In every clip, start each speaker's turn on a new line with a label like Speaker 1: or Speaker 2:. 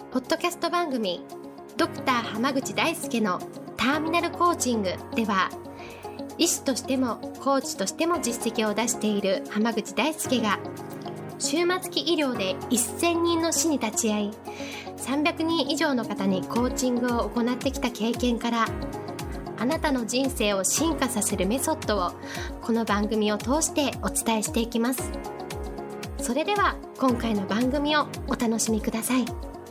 Speaker 1: ポッドキャスト番組ドクター濱口大輔のターミナルコーチングでは、医師としてもコーチとしても実績を出している濱口大輔が終末期医療で1000人の死に立ち会い、300人以上の方にコーチングを行ってきた経験から、あなたの人生を進化させるメソッドをこの番組を通してお伝えしていきます。それでは今回の番組をお楽しみください。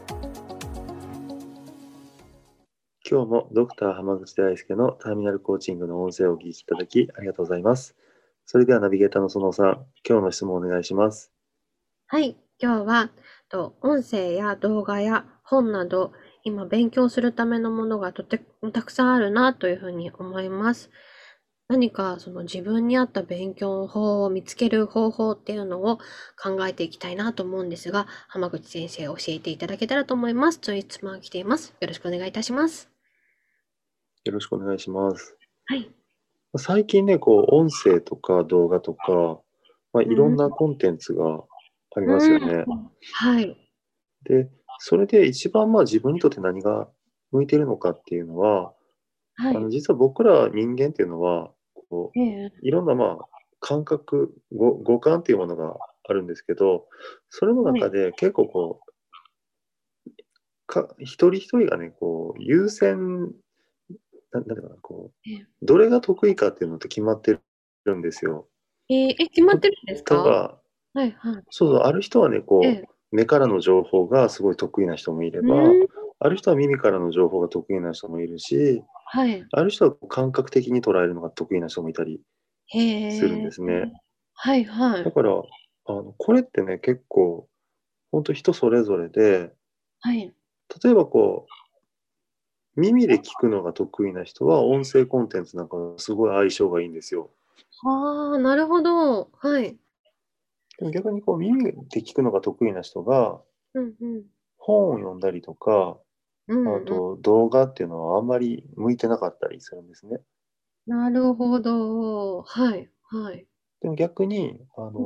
Speaker 2: 今日もドクター濱口大輔のターミナルコーチングの音声をお聞きいただきありがとうございます。それではナビゲーターの園さん、今日の質問をお願いします。
Speaker 1: はい、今日は音声や動画や本など今勉強するためのものがたくさんあるなというふうに思います。何かその自分に合った勉強法を見つける方法っていうのを考えていきたいなと思うんですが、濱口先生教えていただけたらと思います。という質問が来ています。よろしくお願いいたします。
Speaker 2: よろしくお願いします。
Speaker 1: はい。
Speaker 2: 最近ね、音声とか動画とか、いろんなコンテンツがありますよね。
Speaker 1: はい。
Speaker 2: で、それで一番自分にとって何が向いているのかっていうのは、
Speaker 1: はい。
Speaker 2: 実は僕ら人間っていうのは、いろんな感覚、五感っていうものがあるんですけど、それの
Speaker 1: はい。
Speaker 2: 中で結構一人一人がね、優先、なんていうかな、どれが得意かっていうのって決まってるんですよ。
Speaker 1: 決まってるんですか？
Speaker 2: 例えば、
Speaker 1: はいはい。
Speaker 2: そうそう、ある人はね、
Speaker 1: ええ。
Speaker 2: 目からの情報がすごい得意な人もいれ
Speaker 1: う
Speaker 2: ば、
Speaker 1: ーん。
Speaker 2: ある人は耳からの情報が得意な人もいるし、
Speaker 1: はい。
Speaker 2: ある人は感覚的に捉えるのが得意な人もいたりするん
Speaker 1: へえ。
Speaker 2: ですね。
Speaker 1: はいはい。
Speaker 2: だから、これってね、結構、本当人それぞれで、
Speaker 1: はい。
Speaker 2: 例えば耳で聞くのが得意な人は音声コンテンツなんかすごい相性がいいんですよ。
Speaker 1: ああ、なるほど。はい。
Speaker 2: でも逆に耳で聞くのが得意な人が
Speaker 1: うんうん。
Speaker 2: 本を読んだりとか、
Speaker 1: うんうん。
Speaker 2: あと動画っていうのはあんまり向いてなかったりするんですね。
Speaker 1: なるほど。はいはい。
Speaker 2: でも逆に、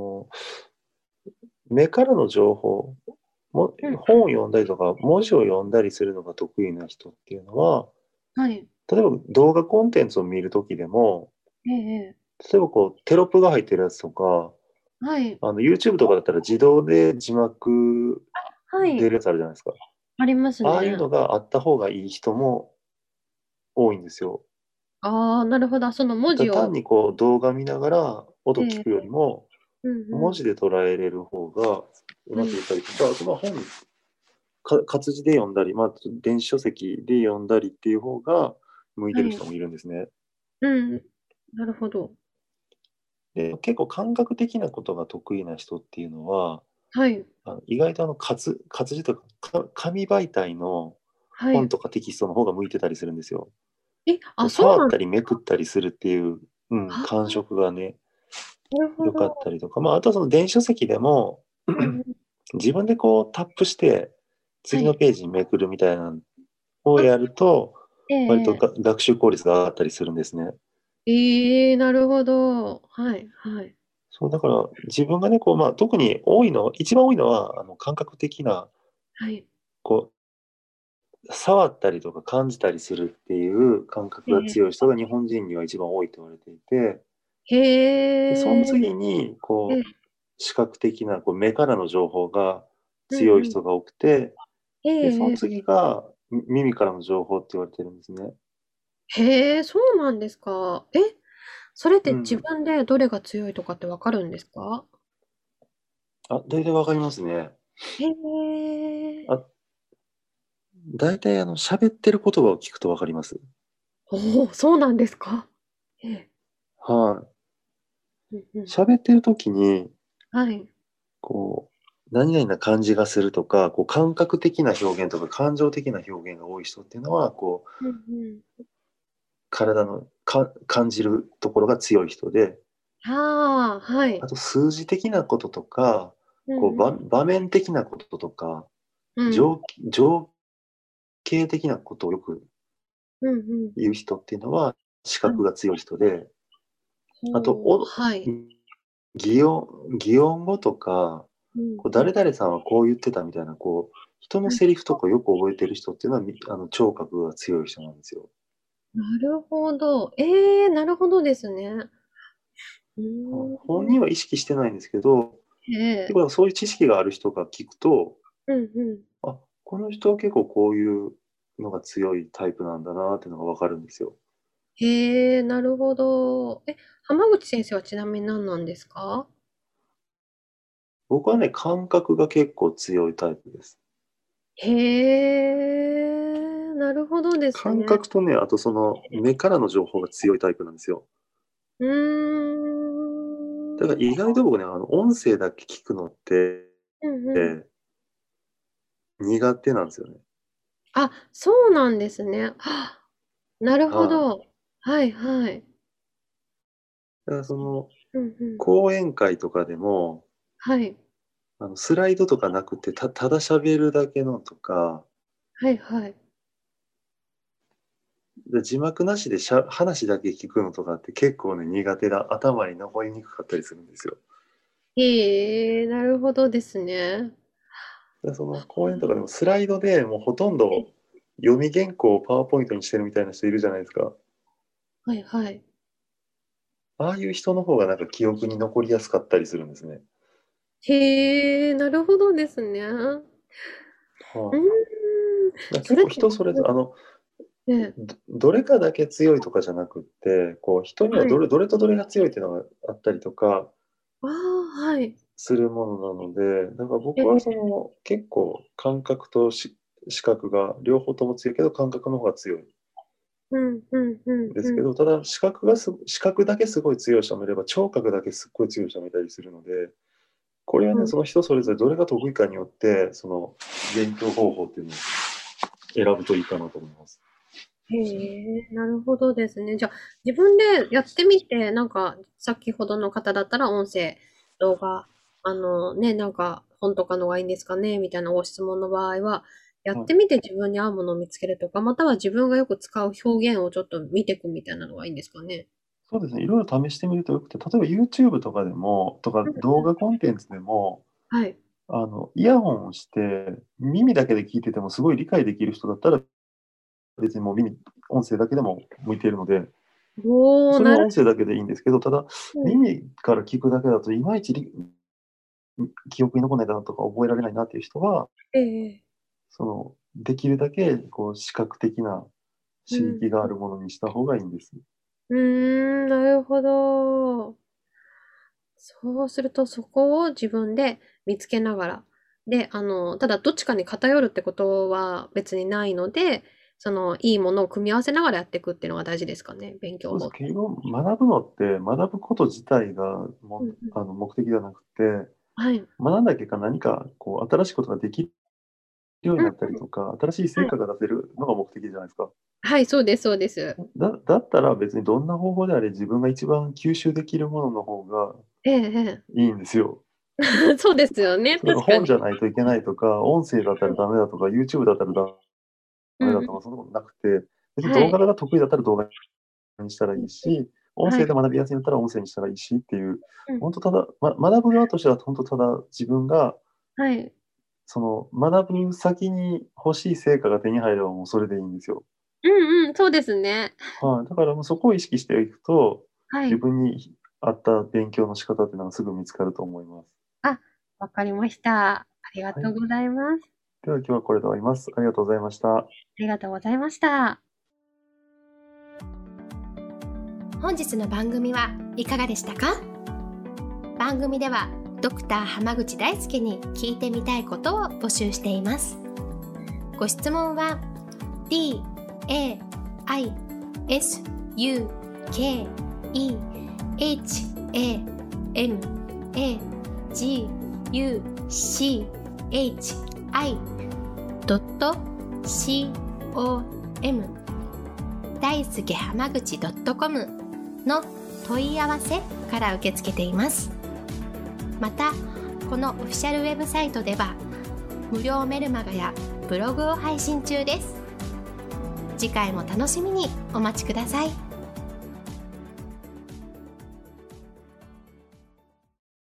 Speaker 2: 目からの情報、
Speaker 1: うんうん。
Speaker 2: 本を読んだりとか、文字を読んだりするのが得意な人っていうのは、
Speaker 1: はい。
Speaker 2: 例えば動画コンテンツを見るときでも、
Speaker 1: ええええ。
Speaker 2: 例えばテロップが入ってるやつとか、
Speaker 1: はい。
Speaker 2: YouTube とかだったら自動で字幕
Speaker 1: はい。
Speaker 2: 出るやつあるじゃないですか。
Speaker 1: あります
Speaker 2: ああいう
Speaker 1: ね。
Speaker 2: のがあった方がいい人も多いんですよ。
Speaker 1: ああ、なるほど。その文字を。
Speaker 2: 単に動画見ながら音聞くよ
Speaker 1: ええ。
Speaker 2: りも、
Speaker 1: うんうん。
Speaker 2: 文字で捉えれる方がうまく
Speaker 1: はい。
Speaker 2: いったりとか、あと本活字で読んだり、電子書籍で読んだりっていう方が向いて
Speaker 1: はい。
Speaker 2: る人もいるんですね。
Speaker 1: うん。なるほど。
Speaker 2: で、結構感覚的なことが得意な人っていうのは、
Speaker 1: はい。
Speaker 2: 意外と活字とか、紙媒体の
Speaker 1: はい。
Speaker 2: 本とかテキストの方が向いてたりするんですよ。
Speaker 1: あ、そうなん。
Speaker 2: 触ったりめくったりするっていう、
Speaker 1: あ
Speaker 2: 感
Speaker 1: あ、
Speaker 2: 触がね、
Speaker 1: なるほ
Speaker 2: 良かった
Speaker 1: ど。
Speaker 2: りとか、あとはその電子書籍でも、
Speaker 1: うんうん。
Speaker 2: 自分でタップして、次の
Speaker 1: はい。
Speaker 2: ページにめくるみたいなのを
Speaker 1: あ、
Speaker 2: やると、
Speaker 1: ええ
Speaker 2: 割と
Speaker 1: ええ。
Speaker 2: 学習効率が上がったりするんですね。
Speaker 1: なるほど。はいはい。
Speaker 2: そう、だから自分がね、特に一番多いのは、感覚的な、
Speaker 1: はい。
Speaker 2: こ触ったりとか感じたりするっていう感覚
Speaker 1: ええ。
Speaker 2: が強い人が日本人には一番多いと言われていて、で、その
Speaker 1: へえ。
Speaker 2: 次に、
Speaker 1: ええ。
Speaker 2: 視覚的な、目からの情報が
Speaker 1: うんうん。
Speaker 2: 強い人が多くて、
Speaker 1: え
Speaker 2: で、その
Speaker 1: えええ。
Speaker 2: 次が耳からの情報って言われてるんですね。
Speaker 1: へえ、そうなんですか。それって自
Speaker 2: うん。
Speaker 1: 分でどれが強いとかってわかるんですか？
Speaker 2: 大体わかりますね。
Speaker 1: へえ。
Speaker 2: あ、大体喋ってる言葉を聞くとわかります。
Speaker 1: おお、そうなんですか？ええ。
Speaker 2: はい。
Speaker 1: うんうん。
Speaker 2: 喋ってる時に、
Speaker 1: はい。
Speaker 2: 何々な感じがするとか、感覚的な表現とか感情的な表現が多い人っていうのは、
Speaker 1: うんうん。
Speaker 2: 体の感じるところが強い人で、
Speaker 1: ああ、はい。
Speaker 2: あと数字的なこととか、
Speaker 1: うんうん。
Speaker 2: 場面的なこととか、
Speaker 1: うん。
Speaker 2: 情景的なことをよく
Speaker 1: うんうん。
Speaker 2: 言う人っていうのは、視
Speaker 1: はい。
Speaker 2: 覚が強い人で、あと、
Speaker 1: ほう、はい。
Speaker 2: 擬音語とか、
Speaker 1: うん
Speaker 2: 誰々さんはこう言ってたみたいな、人のセリフとかよく覚えてる人っていうのは、聴覚が強い人なんですよ。
Speaker 1: なるほど。なるほどですね。うーん。
Speaker 2: 本人は意識してないんですけど、結
Speaker 1: ええ。
Speaker 2: 構そういう知識がある人が聞くと、
Speaker 1: うんうん。
Speaker 2: あ、この人は結構こういうのが強いタイプなんだなっていうのがわかるんですよ。
Speaker 1: へえ、なるほど。浜口先生はちなみに何なんですか？
Speaker 2: 僕はね、感覚が結構強いタイプです。
Speaker 1: へえ、なるほどです
Speaker 2: 感
Speaker 1: ね。
Speaker 2: 覚とね、あとその目からの情報が強いタイプなんですよ。
Speaker 1: うーん。
Speaker 2: だから意外と僕ね、音声だけ聞くのって、
Speaker 1: うんうん。
Speaker 2: 苦手なんですよね。
Speaker 1: あ、そうなんですね。なるほ
Speaker 2: はい。
Speaker 1: ど。はいはい。
Speaker 2: だからその、
Speaker 1: うんうん。
Speaker 2: 講演会とかでも、
Speaker 1: はい。
Speaker 2: スライドとかなくて、ただ喋るだけのとか、
Speaker 1: はいはい。
Speaker 2: で字幕なしで話だけ聞くのとかって結構ね、苦手だ。頭に残りにくかったりするんですよ。
Speaker 1: へえ、なるほどですね。
Speaker 2: でその講演とかでもスライドでもうほとんど読み原稿をパワーポイントにしてるみたいな人いるじゃないですか。
Speaker 1: はいはい。
Speaker 2: ああいう人の方がなんか記憶に残りやすかったりするんですね。
Speaker 1: へえ、なるほどですね。うー
Speaker 2: はい、
Speaker 1: ん。それって、
Speaker 2: 結構人それぞれ、
Speaker 1: ね、
Speaker 2: どれかだけ強いとかじゃなくって、人には
Speaker 1: はい。
Speaker 2: どれとどれが強いっていうのがあったりとか
Speaker 1: ああ、はい。
Speaker 2: するものなので、だから僕は
Speaker 1: ええ。
Speaker 2: その結構感覚と視覚が両方とも強いけど感覚の方が強い
Speaker 1: うんうんうんうん。
Speaker 2: ですけど、ただ視覚だけすごい強い人もいれば、聴覚だけすっごい強い人もいたりするので、これはね、
Speaker 1: うん。
Speaker 2: その人それぞれどれが得意かによって、その勉強方法っていうのを選ぶといいかなと思います。
Speaker 1: へえ、なるほどですね。じゃあ、自分でやってみて、なんか、先ほどの方だったら音声、動画、なんか、本とかのがいいんですかねみたいなご質問の場合は、やっ
Speaker 2: はい、
Speaker 1: てみて自分に合うものを見つけるとか、または自分がよく使う表現をちょっと見ていくみたいなのがいいんですかね？
Speaker 2: そうですね、いろいろ試してみるとよくて、例えば YouTube とかでも、とか
Speaker 1: うんうん。
Speaker 2: 動画コンテンツでも、
Speaker 1: はい。
Speaker 2: イヤホンをして、耳だけで聞いててもすごい理解できる人だったら、別にもう音声だけでも向いているので、
Speaker 1: おー、
Speaker 2: それは音声だけでいいんですけど、ただ、
Speaker 1: うん。
Speaker 2: 耳から聞くだけだといまいち記憶に残らないなとか覚えられないなっていう人は、
Speaker 1: ええ。
Speaker 2: できるだけ視覚的な刺
Speaker 1: うん。
Speaker 2: 激があるものにした方がいいんです。
Speaker 1: うーん、なるほど。そうすると、そこを自分で見つけながら。で、ただどっちかに偏るってことは別にないので、いいものを組み合わせながらやっていくっていうのが大事ですかね、勉強
Speaker 2: そうです。
Speaker 1: 法。
Speaker 2: 結局、学ぶのって、学ぶこと自体が
Speaker 1: うんうん。
Speaker 2: 目的ではなくて、
Speaker 1: はい。
Speaker 2: 学んだ結果何か新しいことができるように
Speaker 1: うん
Speaker 2: なったり
Speaker 1: うん。
Speaker 2: とか、新しい成
Speaker 1: はい。
Speaker 2: 果が出せるのが目的じゃないですか。
Speaker 1: はい、そうですそうです。
Speaker 2: だったら別にどんな方法であれ自分が一番吸収できるものの方が
Speaker 1: ええええ。
Speaker 2: いいんですよ。
Speaker 1: そうですよね、
Speaker 2: それが
Speaker 1: 確かに。
Speaker 2: 本じゃないといけないとか、音声だったらダメだとか、YouTube だったらダ
Speaker 1: うんうん。
Speaker 2: メだとか、そんなことなくて、別に
Speaker 1: はい。
Speaker 2: 動画が得意だったら動画にしたら
Speaker 1: うんうん。
Speaker 2: いいし、音
Speaker 1: はい。
Speaker 2: 声で学びやすいんだったら音声にしたらいいしっていう、
Speaker 1: うん。
Speaker 2: 本当ただ、学ぶ側としては本当ただ自分が
Speaker 1: はい。
Speaker 2: その学ぶ先に欲しい成果が手に入ればもうそれでいいんですよ。
Speaker 1: うんうん、そうですね。
Speaker 2: はい。だからもうそこを意識していくと、
Speaker 1: はい。
Speaker 2: 自分に合った勉強の仕方っていうのがすぐ見つかると思います。
Speaker 1: あ、わかりました。ありが
Speaker 2: はい。
Speaker 1: とうございます。
Speaker 2: では今日はこれで終わります。ありがとうございました。
Speaker 1: ありがとうございました。 本日の番組はいかがでしたか？番組ではドクター濱口大輔に聞いてみたいことを募集しています。ご質問は daishamaguchi.com 大輔濱口 .com の問い合わせから受け付けています。また、このオフィシャルウェブサイトでは無料メルマガやブログを配信中です。次回も楽しみにお待ちください。